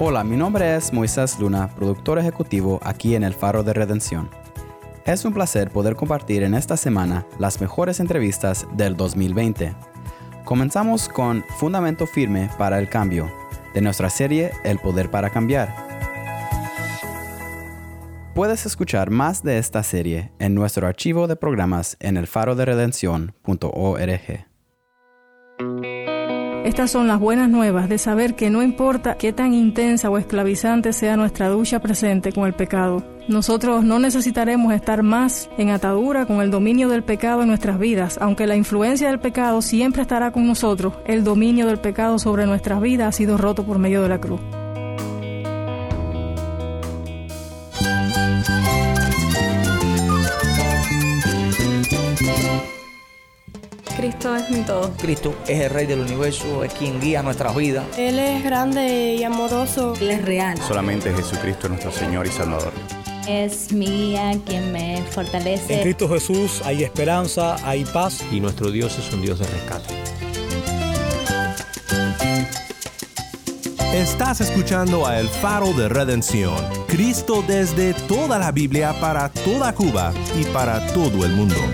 Hola, mi nombre es Moisés Luna, productor ejecutivo aquí en El Faro de Redención. Es un placer poder compartir en esta semana las mejores entrevistas del 2020. Comenzamos con Fundamento Firme para el Cambio, de nuestra serie El Poder para Cambiar. Puedes escuchar más de esta serie en nuestro archivo de programas en elfaroderedención.org. Estas son las buenas nuevas de saber que no importa qué tan intensa o esclavizante sea nuestra lucha presente con el pecado, nosotros no necesitaremos estar más en atadura con el dominio del pecado en nuestras vidas. Aunque la influencia del pecado siempre estará con nosotros, el dominio del pecado sobre nuestras vidas ha sido roto por medio de la cruz. Cristo es mi todo. Cristo es el Rey del universo, es quien guía nuestras vidas. Él es grande y amoroso. Él es real. Solamente Jesucristo es nuestro Señor y Salvador. Es mi guía quien me fortalece. En Cristo Jesús hay esperanza, hay paz. Y nuestro Dios es un Dios de rescate. Estás escuchando a El Faro de Redención. Cristo desde toda la Biblia para toda Cuba y para todo el mundo.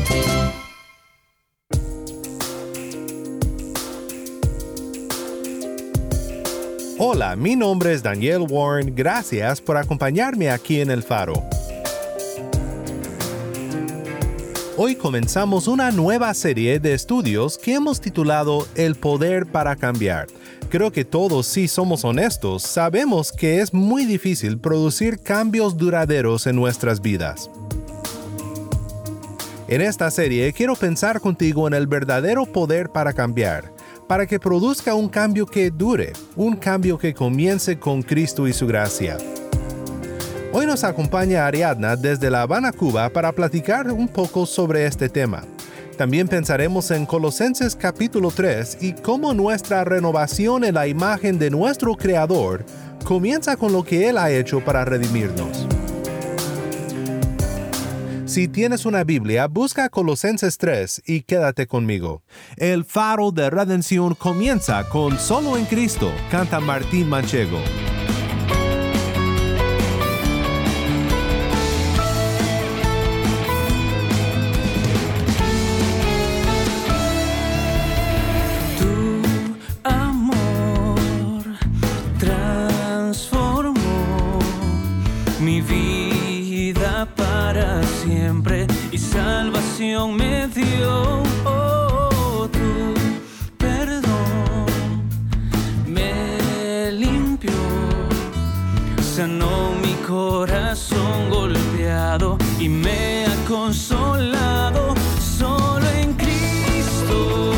Hola, mi nombre es Daniel Warren. Gracias por acompañarme aquí en El Faro. Hoy comenzamos una nueva serie de estudios que hemos titulado El Poder para Cambiar. Creo que todos, si somos honestos, sabemos que es muy difícil producir cambios duraderos en nuestras vidas. En esta serie quiero pensar contigo en el verdadero poder para cambiar, para que produzca un cambio que dure, un cambio que comience con Cristo y su gracia. Hoy nos acompaña Ariadna desde La Habana, Cuba, para platicar un poco sobre este tema. También pensaremos en Colosenses capítulo 3 y cómo nuestra renovación en la imagen de nuestro Creador comienza con lo que Él ha hecho para redimirnos. Si tienes una Biblia, busca Colosenses 3 y quédate conmigo. El Faro de Redención comienza con Solo en Cristo, canta Martín Manchego. Tu amor transformó mi vida para siempre y salvación me dio. Oh, tu perdón me limpió, sanó mi corazón golpeado y me ha consolado. Solo en Cristo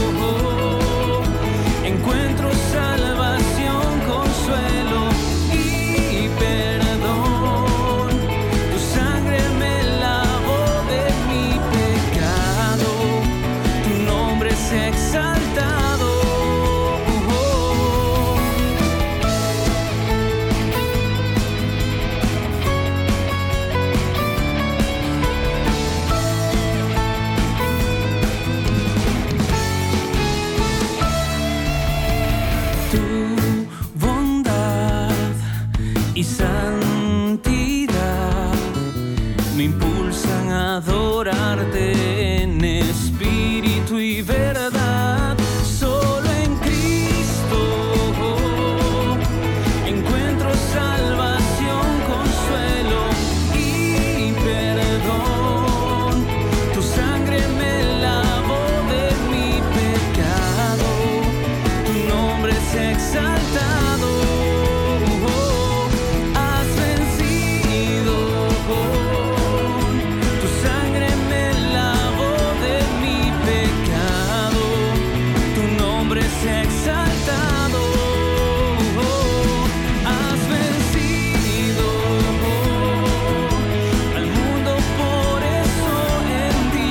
encuentro salvación, consuelo y perdón. Tu sangre me lavó de mi pecado, tu nombre es exaltado. Tu bondad y santidad me impulsan a adorarte en espíritu y verdad. Solo en Cristo encuentro salvación, consuelo y perdón. Tu sangre me lavó de mi pecado, tu nombre es exaltado. Has vencido, tu sangre me lavó de mi pecado, tu nombre es exaltado. Has vencido al mundo, por eso en ti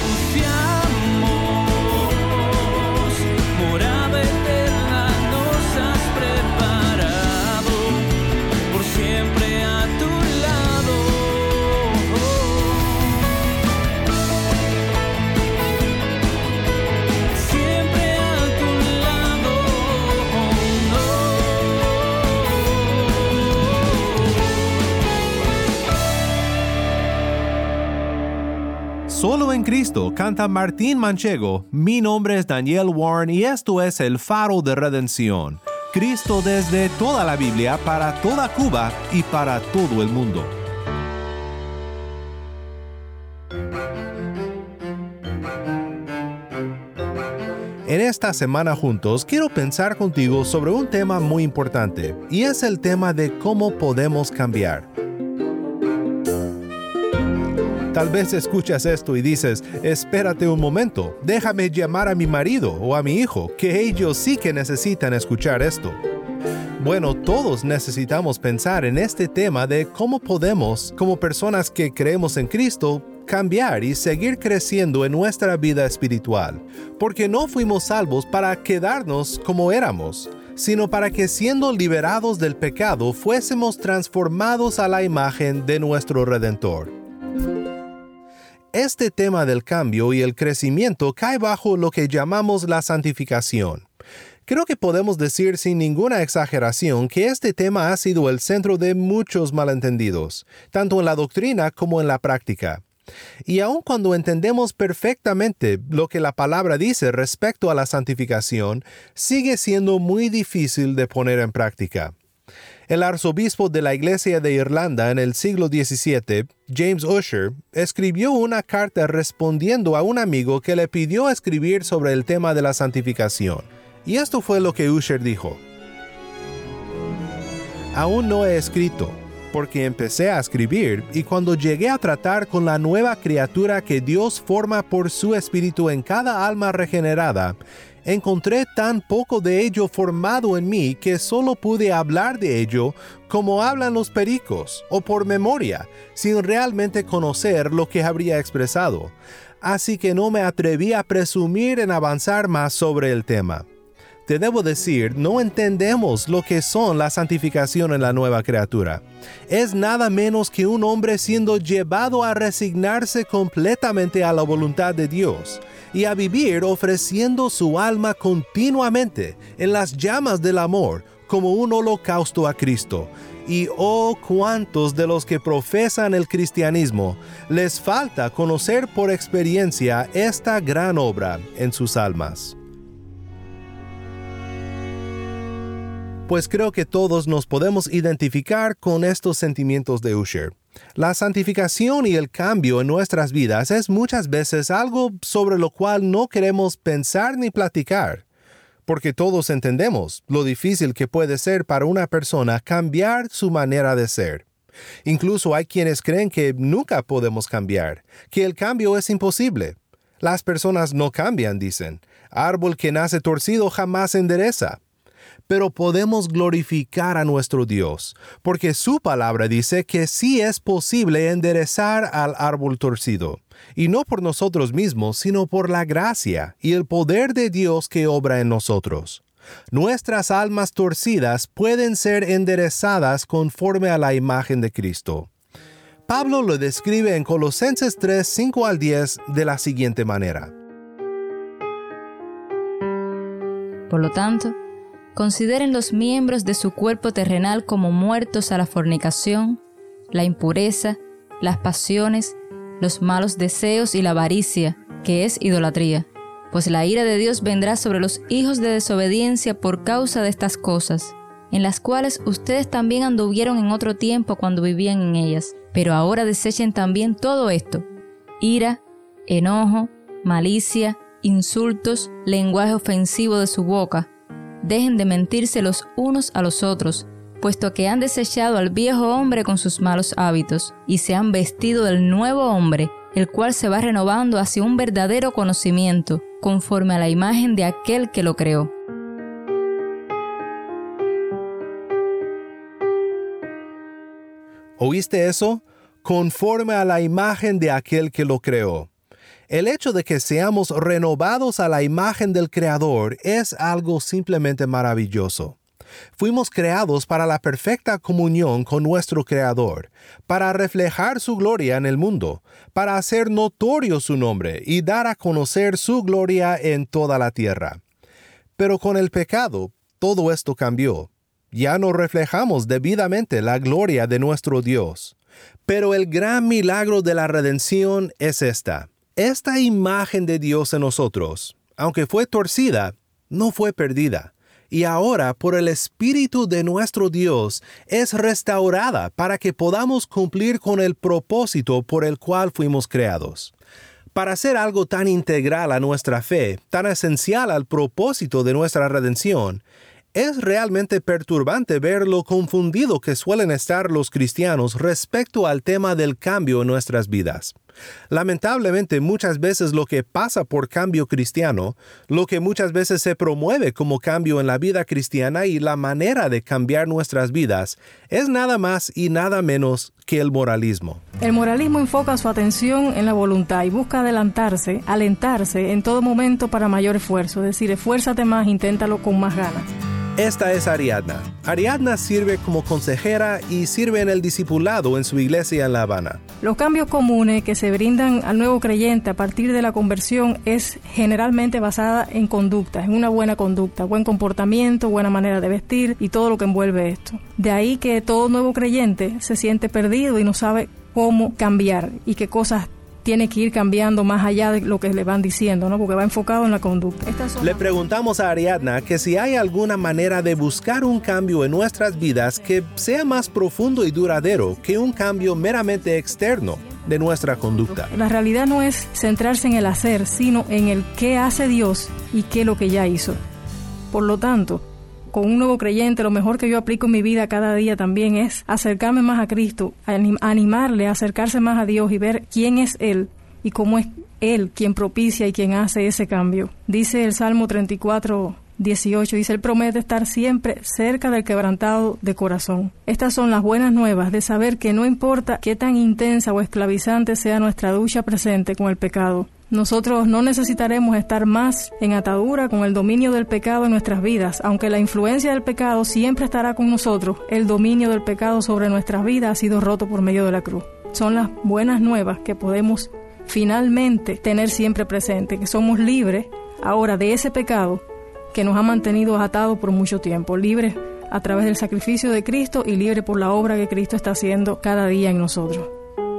confiamos. Morada eterna nos has preparado, por siempre a tu lado. Siempre a tu lado. en Cristo canta Martín Manchego. Mi nombre es Daniel Warren y esto es El Faro de Redención. Cristo desde toda la Biblia, para toda Cuba y para todo el mundo. En esta semana juntos quiero pensar contigo sobre un tema muy importante, y es el tema de cómo podemos cambiar. Tal vez escuchas esto y dices, espérate un momento, déjame llamar a mi marido o a mi hijo, que ellos sí que necesitan escuchar esto. Bueno, todos necesitamos pensar en este tema de cómo podemos, como personas que creemos en Cristo, cambiar y seguir creciendo en nuestra vida espiritual, porque no fuimos salvos para quedarnos como éramos, sino para que siendo liberados del pecado fuésemos transformados a la imagen de nuestro Redentor. Este tema del cambio y el crecimiento cae bajo lo que llamamos la santificación. Creo que podemos decir sin ninguna exageración que este tema ha sido el centro de muchos malentendidos, tanto en la doctrina como en la práctica. Y aun cuando entendemos perfectamente lo que la palabra dice respecto a la santificación, sigue siendo muy difícil de poner en práctica. El arzobispo de la Iglesia de Irlanda en el siglo XVII, James Ussher, escribió una carta respondiendo a un amigo que le pidió escribir sobre el tema de la santificación. Y esto fue lo que Ussher dijo: Aún no he escrito, porque empecé a escribir, y cuando llegué a tratar con la nueva criatura que Dios forma por su Espíritu en cada alma regenerada, encontré tan poco de ello formado en mí que solo pude hablar de ello como hablan los pericos, o por memoria, sin realmente conocer lo que habría expresado. Así que no me atreví a presumir en avanzar más sobre el tema. Te debo decir, no entendemos lo que son la santificación en la nueva criatura. Es nada menos que un hombre siendo llevado a resignarse completamente a la voluntad de Dios y a vivir ofreciendo su alma continuamente en las llamas del amor como un holocausto a Cristo. Y oh, cuántos de los que profesan el cristianismo les falta conocer por experiencia esta gran obra en sus almas. Pues creo que todos nos podemos identificar con estos sentimientos de Ussher. La santificación y el cambio en nuestras vidas es muchas veces algo sobre lo cual no queremos pensar ni platicar, porque todos entendemos lo difícil que puede ser para una persona cambiar su manera de ser. Incluso hay quienes creen que nunca podemos cambiar, que el cambio es imposible. Las personas no cambian, dicen. Árbol que nace torcido jamás se endereza. Pero podemos glorificar a nuestro Dios, porque su palabra dice que sí es posible enderezar al árbol torcido, y no por nosotros mismos, sino por la gracia y el poder de Dios que obra en nosotros. Nuestras almas torcidas pueden ser enderezadas conforme a la imagen de Cristo. Pablo lo describe en Colosenses 3, 5 al 10 de la siguiente manera. Por lo tanto, consideren los miembros de su cuerpo terrenal como muertos a la fornicación, la impureza, las pasiones, los malos deseos y la avaricia, que es idolatría. Pues la ira de Dios vendrá sobre los hijos de desobediencia por causa de estas cosas, en las cuales ustedes también anduvieron en otro tiempo cuando vivían en ellas. Pero ahora desechen también todo esto: ira, enojo, malicia, insultos, lenguaje ofensivo de su boca. Dejen de mentirse los unos a los otros, puesto que han desechado al viejo hombre con sus malos hábitos, y se han vestido del nuevo hombre, el cual se va renovando hacia un verdadero conocimiento, conforme a la imagen de aquel que lo creó. ¿Oíste eso? Conforme a la imagen de aquel que lo creó. El hecho de que seamos renovados a la imagen del Creador es algo simplemente maravilloso. Fuimos creados para la perfecta comunión con nuestro Creador, para reflejar su gloria en el mundo, para hacer notorio su nombre y dar a conocer su gloria en toda la tierra. Pero con el pecado, todo esto cambió. Ya no reflejamos debidamente la gloria de nuestro Dios. Pero el gran milagro de la redención es esta. Esta imagen de Dios en nosotros, aunque fue torcida, no fue perdida. Y ahora, por el Espíritu de nuestro Dios, es restaurada para que podamos cumplir con el propósito por el cual fuimos creados. Para hacer algo tan integral a nuestra fe, tan esencial al propósito de nuestra redención, es realmente perturbante ver lo confundido que suelen estar los cristianos respecto al tema del cambio en nuestras vidas. Lamentablemente, muchas veces lo que pasa por cambio cristiano, lo que muchas veces se promueve como cambio en la vida cristiana y la manera de cambiar nuestras vidas, es nada más y nada menos que el moralismo. El moralismo enfoca su atención en la voluntad y busca adelantarse, alentarse en todo momento para mayor esfuerzo, es decir, esfuérzate más, inténtalo con más ganas. Esta es Ariadna. Ariadna sirve como consejera y sirve en el discipulado en su iglesia en La Habana. Los cambios comunes que se brindan al nuevo creyente a partir de la conversión es generalmente basada en conducta, en una buena conducta, buen comportamiento, buena manera de vestir y todo lo que envuelve esto. De ahí que todo nuevo creyente se siente perdido y no sabe cómo cambiar y qué cosas tiene que ir cambiando más allá de lo que le van diciendo, ¿no? Porque va enfocado en la conducta. Le preguntamos a Ariadna que si hay alguna manera de buscar un cambio en nuestras vidas que sea más profundo y duradero que un cambio meramente externo de nuestra conducta. La realidad no es centrarse en el hacer, sino en el qué hace Dios y qué es lo que ya hizo. Por lo tanto, con un nuevo creyente, lo mejor que yo aplico en mi vida cada día también es acercarme más a Cristo, animarle a acercarse más a Dios y ver quién es Él y cómo es Él quien propicia y quien hace ese cambio. Dice el Salmo 34:18, dice, Él promete estar siempre cerca del quebrantado de corazón. Estas son las buenas nuevas de saber que no importa qué tan intensa o esclavizante sea nuestra lucha presente con el pecado, nosotros no necesitaremos estar más en atadura con el dominio del pecado en nuestras vidas. Aunque la influencia del pecado siempre estará con nosotros, el dominio del pecado sobre nuestras vidas ha sido roto por medio de la cruz. Son las buenas nuevas que podemos finalmente tener siempre presente, que somos libres ahora de ese pecado que nos ha mantenido atados por mucho tiempo, libres a través del sacrificio de Cristo y libres por la obra que Cristo está haciendo cada día en nosotros.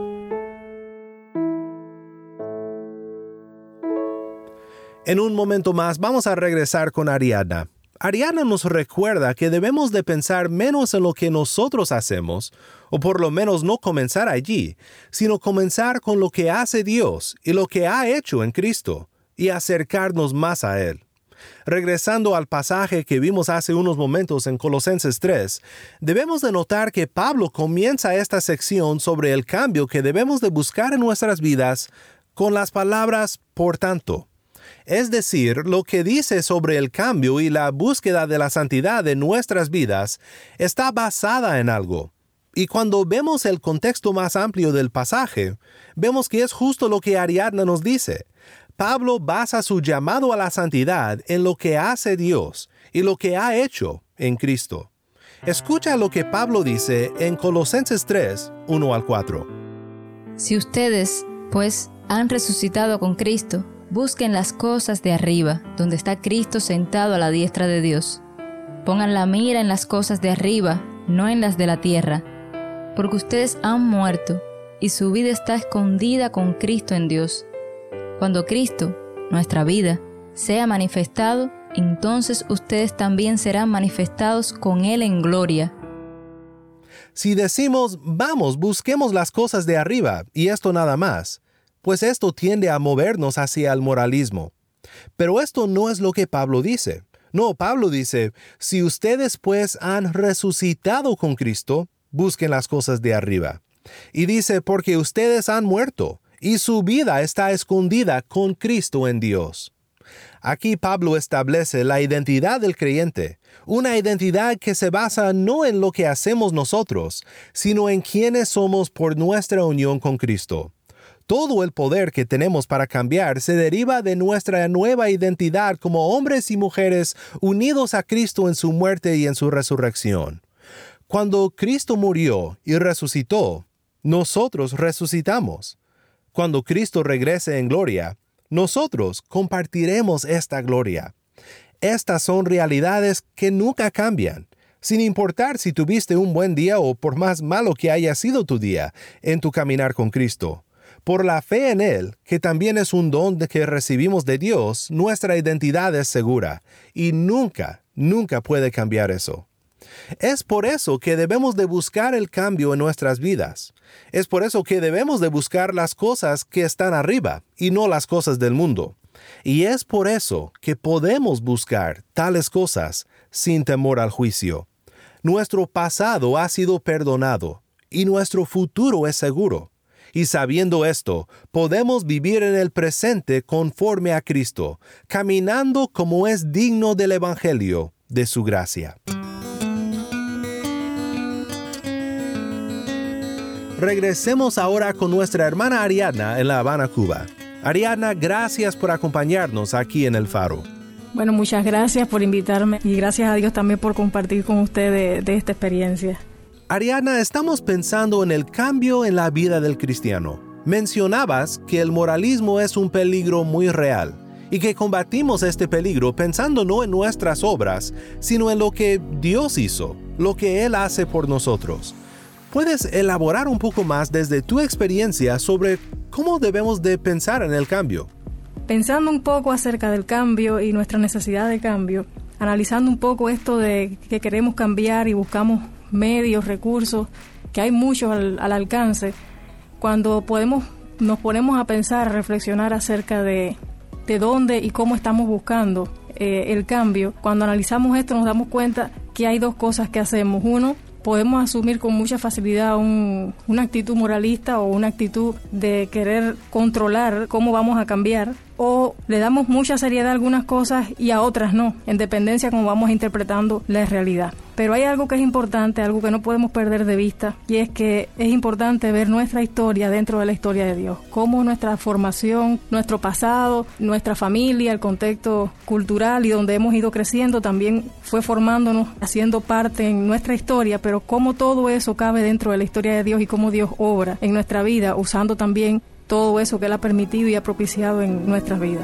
En un momento más vamos a regresar con Ariadna. Ariadna nos recuerda que debemos de pensar menos en lo que nosotros hacemos, o por lo menos no comenzar allí, sino comenzar con lo que hace Dios y lo que ha hecho en Cristo, y acercarnos más a Él. Regresando al pasaje que vimos hace unos momentos en Colosenses 3, debemos de notar que Pablo comienza esta sección sobre el cambio que debemos de buscar en nuestras vidas con las palabras "por tanto". Es decir, lo que dice sobre el cambio y la búsqueda de la santidad de nuestras vidas está basada en algo. Y cuando vemos el contexto más amplio del pasaje, vemos que es justo lo que Ariadna nos dice. Pablo basa su llamado a la santidad en lo que hace Dios y lo que ha hecho en Cristo. Escucha lo que Pablo dice en Colosenses 3, 1 al 4. Si ustedes, pues, han resucitado con Cristo, busquen las cosas de arriba, donde está Cristo sentado a la diestra de Dios. Pongan la mira en las cosas de arriba, no en las de la tierra, porque ustedes han muerto, y su vida está escondida con Cristo en Dios. Cuando Cristo, nuestra vida, sea manifestado, entonces ustedes también serán manifestados con Él en gloria. Si decimos, vamos, busquemos las cosas de arriba, y esto nada más, pues esto tiende a movernos hacia el moralismo. Pero esto no es lo que Pablo dice. No, Pablo dice, si ustedes pues han resucitado con Cristo, busquen las cosas de arriba. Y dice, porque ustedes han muerto, y su vida está escondida con Cristo en Dios. Aquí Pablo establece la identidad del creyente, una identidad que se basa no en lo que hacemos nosotros, sino en quienes somos por nuestra unión con Cristo. Todo el poder que tenemos para cambiar se deriva de nuestra nueva identidad como hombres y mujeres unidos a Cristo en su muerte y en su resurrección. Cuando Cristo murió y resucitó, nosotros resucitamos. Cuando Cristo regrese en gloria, nosotros compartiremos esta gloria. Estas son realidades que nunca cambian, sin importar si tuviste un buen día o por más malo que haya sido tu día en tu caminar con Cristo. Por la fe en Él, que también es un don que recibimos de Dios, nuestra identidad es segura y nunca puede cambiar eso. Es por eso que debemos de buscar el cambio en nuestras vidas. Es por eso que debemos de buscar las cosas que están arriba y no las cosas del mundo. Y es por eso que podemos buscar tales cosas sin temor al juicio. Nuestro pasado ha sido perdonado y nuestro futuro es seguro. Y sabiendo esto, podemos vivir en el presente conforme a Cristo, caminando como es digno del Evangelio de su gracia. Regresemos ahora con nuestra hermana Ariadna en La Habana, Cuba. Ariadna, gracias por acompañarnos aquí en El Faro. Bueno, muchas gracias por invitarme y gracias a Dios también por compartir con ustedes de esta experiencia. Ariadna, estamos pensando en el cambio en la vida del cristiano. Mencionabas que el moralismo es un peligro muy real y que combatimos este peligro pensando no en nuestras obras, sino en lo que Dios hizo, lo que Él hace por nosotros. ¿Puedes elaborar un poco más desde tu experiencia sobre cómo debemos de pensar en el cambio? Pensando un poco acerca del cambio y nuestra necesidad de cambio, analizando un poco esto de que queremos cambiar y buscamos medios, recursos, que hay muchos al alcance, cuando nos ponemos a pensar, a reflexionar acerca de dónde y cómo estamos buscando el cambio, cuando analizamos esto nos damos cuenta que hay dos cosas que hacemos. Uno, podemos asumir con mucha facilidad una actitud moralista o una actitud de querer controlar cómo vamos a cambiar, o le damos mucha seriedad a algunas cosas y a otras no, en dependencia de cómo vamos interpretando la realidad. Pero hay algo que es importante, algo que no podemos perder de vista, y es que es importante ver nuestra historia dentro de la historia de Dios, cómo nuestra formación, nuestro pasado, nuestra familia, el contexto cultural y donde hemos ido creciendo también fue formándonos, haciendo parte en nuestra historia, pero cómo todo eso cabe dentro de la historia de Dios y cómo Dios obra en nuestra vida, usando también todo eso que Él ha permitido y ha propiciado en nuestras vidas.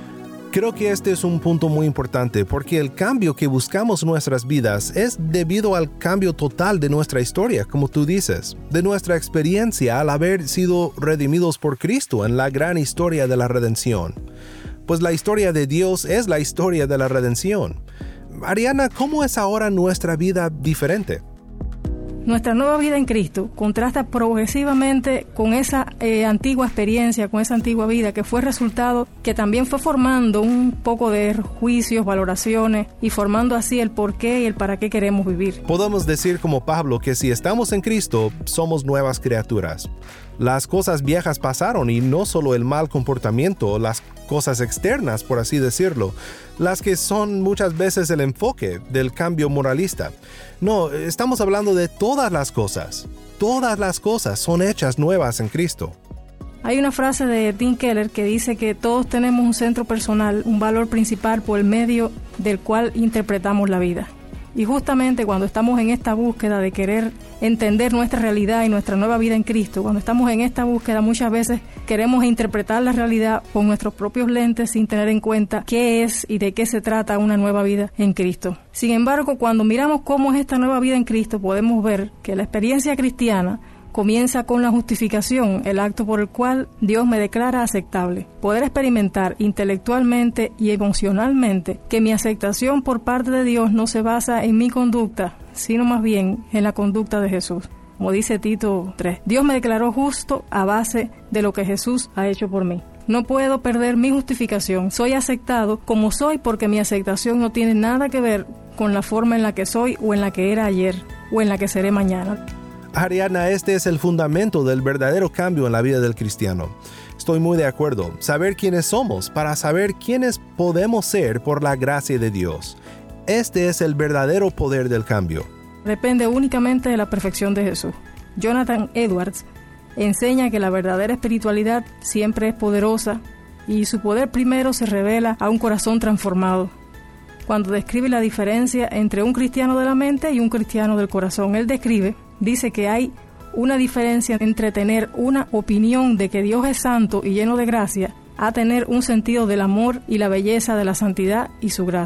Creo que este es un punto muy importante porque el cambio que buscamos en nuestras vidas es debido al cambio total de nuestra historia, como tú dices, de nuestra experiencia al haber sido redimidos por Cristo en la gran historia de la redención. Pues la historia de Dios es la historia de la redención. Ariadna, ¿cómo es ahora nuestra vida diferente? Nuestra nueva vida en Cristo contrasta progresivamente con esa antigua experiencia, con esa antigua vida que fue resultado, que también fue formando un poco de juicios, valoraciones y formando así el por qué y el para qué queremos vivir. Podemos decir como Pablo que si estamos en Cristo, somos nuevas criaturas. Las cosas viejas pasaron y no solo el mal comportamiento, las cosas externas, por así decirlo, las que son muchas veces el enfoque del cambio moralista. No, estamos hablando de todas las cosas. Todas las cosas son hechas nuevas en Cristo. Hay una frase de Tim Keller que dice que todos tenemos un centro personal, un valor principal por el medio del cual interpretamos la vida. Y justamente cuando estamos en esta búsqueda de querer entender nuestra realidad y nuestra nueva vida en Cristo, cuando estamos en esta búsqueda muchas veces queremos interpretar la realidad con nuestros propios lentes sin tener en cuenta qué es y de qué se trata una nueva vida en Cristo. Sin embargo, cuando miramos cómo es esta nueva vida en Cristo, podemos ver que la experiencia cristiana comienza con la justificación, el acto por el cual Dios me declara aceptable. Poder experimentar intelectualmente y emocionalmente que mi aceptación por parte de Dios no se basa en mi conducta, sino más bien en la conducta de Jesús. Como dice Tito 3, Dios me declaró justo a base de lo que Jesús ha hecho por mí. No puedo perder mi justificación. Soy aceptado como soy porque mi aceptación no tiene nada que ver con la forma en la que soy o en la que era ayer o en la que seré mañana. Ariadna, este es el fundamento del verdadero cambio en la vida del cristiano. Estoy muy de acuerdo. Saber quiénes somos para saber quiénes podemos ser por la gracia de Dios. Este es el verdadero poder del cambio. Depende únicamente de la perfección de Jesús. Jonathan Edwards enseña que la verdadera espiritualidad siempre es poderosa y su poder primero se revela a un corazón transformado. Cuando describe la diferencia entre un cristiano de la mente y un cristiano del corazón, él dice que hay una diferencia entre tener una opinión de que Dios es santo y lleno de gracia a tener un sentido del amor y la belleza de la santidad y su gracia.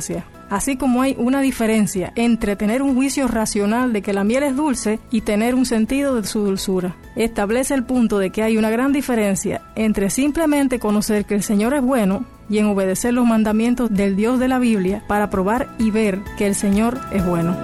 así como hay una diferencia entre tener un juicio racional de que la miel es dulce y tener un sentido de su dulzura. Establece el punto de que hay una gran diferencia entre simplemente conocer que el Señor es bueno y en obedecer los mandamientos del Dios de la Biblia para probar y ver que el Señor es bueno.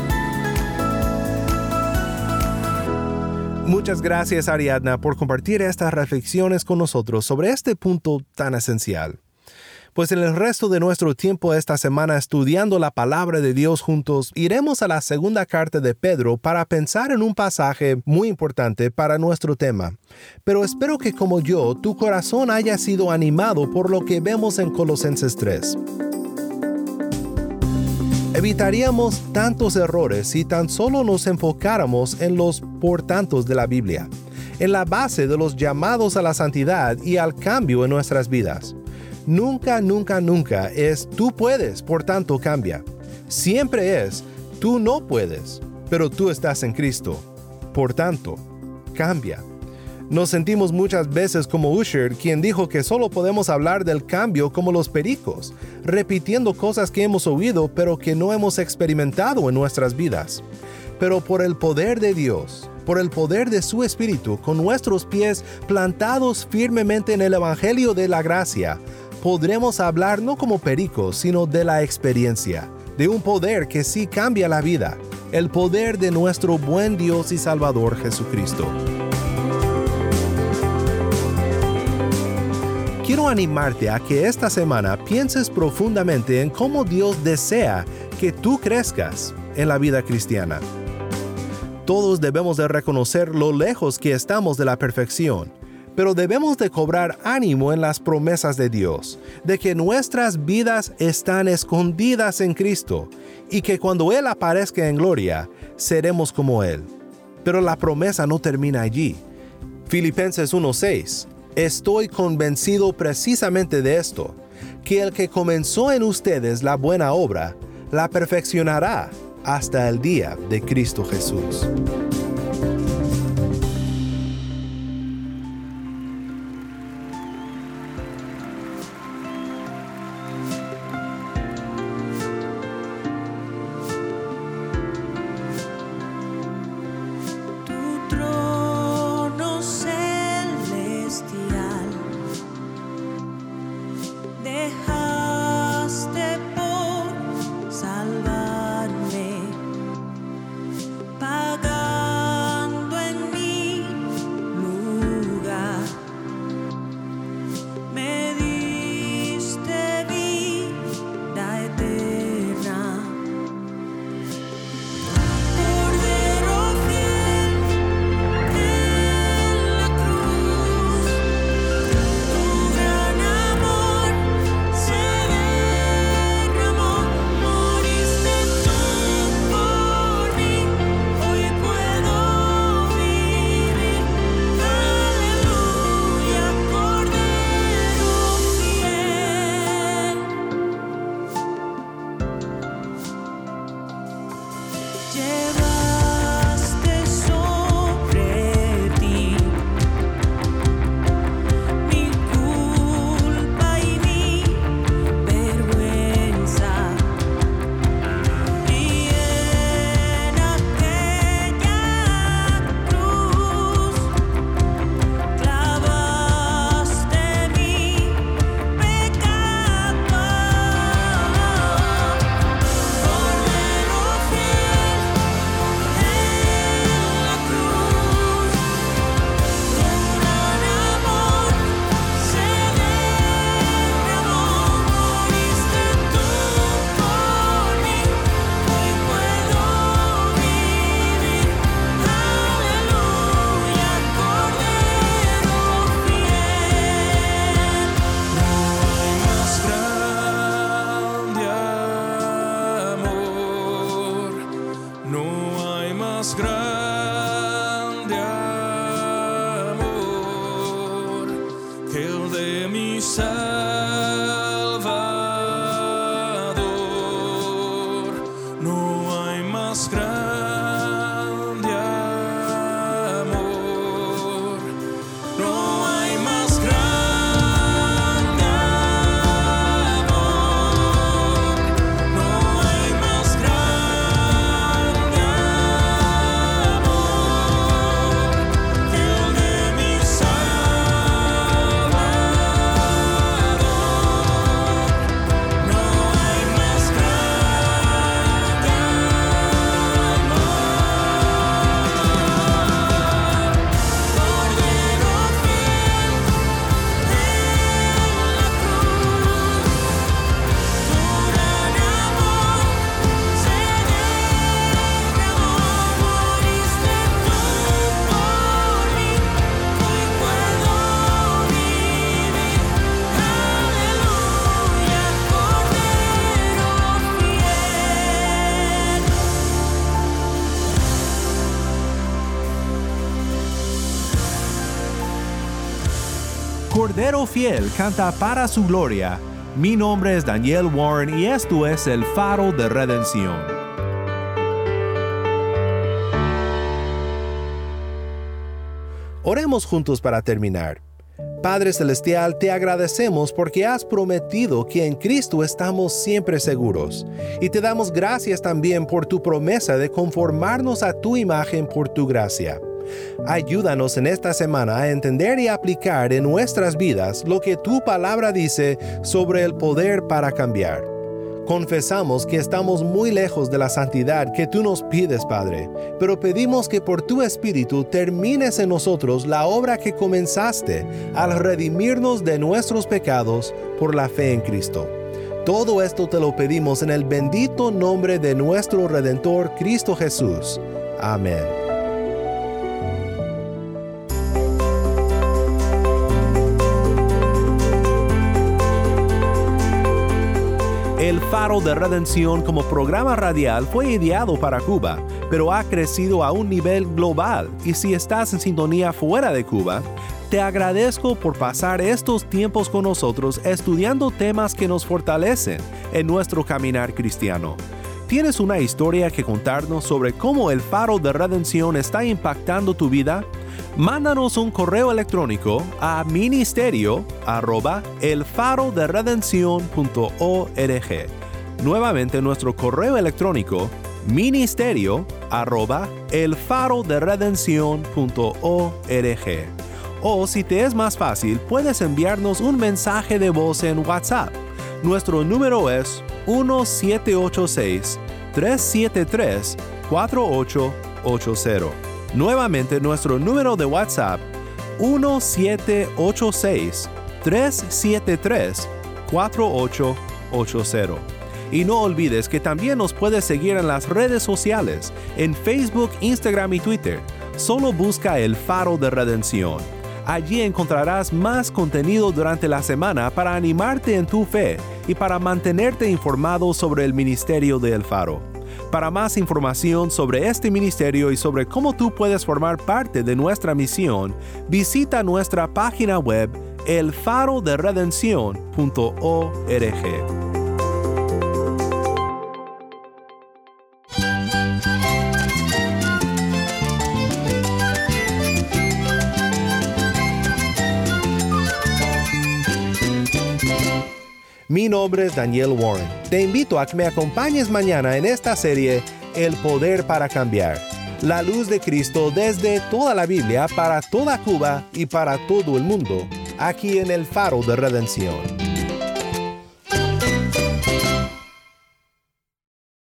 Muchas gracias, Ariadna, por compartir estas reflexiones con nosotros sobre este punto tan esencial. Pues en el resto de nuestro tiempo esta semana estudiando la palabra de Dios juntos, iremos a la segunda carta de Pedro para pensar en un pasaje muy importante para nuestro tema. Pero espero que como yo, tu corazón haya sido animado por lo que vemos en Colosenses 3. Evitaríamos tantos errores si tan solo nos enfocáramos en los portantos de la Biblia, en la base de los llamados a la santidad y al cambio en nuestras vidas. Nunca, nunca, nunca es tú puedes, por tanto cambia. Siempre es tú no puedes, pero tú estás en Cristo. Por tanto, cambia. Nos sentimos muchas veces como Usher, quien dijo que solo podemos hablar del cambio como los pericos, repitiendo cosas que hemos oído pero que no hemos experimentado en nuestras vidas. Pero por el poder de Dios, por el poder de su Espíritu, con nuestros pies plantados firmemente en el Evangelio de la gracia, podremos hablar no como pericos, sino de la experiencia, de un poder que sí cambia la vida, el poder de nuestro buen Dios y Salvador Jesucristo. Quiero animarte a que esta semana pienses profundamente en cómo Dios desea que tú crezcas en la vida cristiana. Todos debemos de reconocer lo lejos que estamos de la perfección, pero debemos de cobrar ánimo en las promesas de Dios, de que nuestras vidas están escondidas en Cristo y que cuando Él aparezca en gloria, seremos como Él. Pero la promesa no termina allí. Filipenses 1:6. Estoy convencido precisamente de esto, que el que comenzó en ustedes la buena obra, la perfeccionará hasta el día de Cristo Jesús. Cordero Fiel canta para su gloria. Mi nombre es Daniel Warren y esto es El Faro de Redención. Oremos juntos para terminar. Padre Celestial, te agradecemos porque has prometido que en Cristo estamos siempre seguros. Y te damos gracias también por tu promesa de conformarnos a tu imagen por tu gracia. Ayúdanos en esta semana a entender y aplicar en nuestras vidas lo que tu palabra dice sobre el poder para cambiar. Confesamos que estamos muy lejos de la santidad que tú nos pides, Padre, pero pedimos que por tu Espíritu termines en nosotros la obra que comenzaste al redimirnos de nuestros pecados por la fe en Cristo. Todo esto te lo pedimos en el bendito nombre de nuestro Redentor Cristo Jesús. Amén. El Faro de Redención como programa radial fue ideado para Cuba, pero ha crecido a un nivel global y si estás en sintonía fuera de Cuba, te agradezco por pasar estos tiempos con nosotros estudiando temas que nos fortalecen en nuestro caminar cristiano. ¿Tienes una historia que contarnos sobre cómo el Faro de Redención está impactando tu vida? Mándanos un correo electrónico a ministerio@elfaroderedencion.org. Nuevamente nuestro correo electrónico ministerio@elfaroderedencion.org. O si te es más fácil, puedes enviarnos un mensaje de voz en WhatsApp. Nuestro número es 1-786-373-4880. Nuevamente nuestro número de WhatsApp 1-786-373-4880. Y no olvides que también nos puedes seguir en las redes sociales, en Facebook, Instagram y Twitter. Solo busca El Faro de Redención. Allí encontrarás más contenido durante la semana para animarte en tu fe y para mantenerte informado sobre el ministerio de El Faro. Para más información sobre este ministerio y sobre cómo tú puedes formar parte de nuestra misión, visita nuestra página web elfaroderedencion.org. Mi nombre es Daniel Warren. Te invito a que me acompañes mañana en esta serie El Poder para Cambiar. La luz de Cristo desde toda la Biblia para toda Cuba y para todo el mundo, aquí en El Faro de Redención.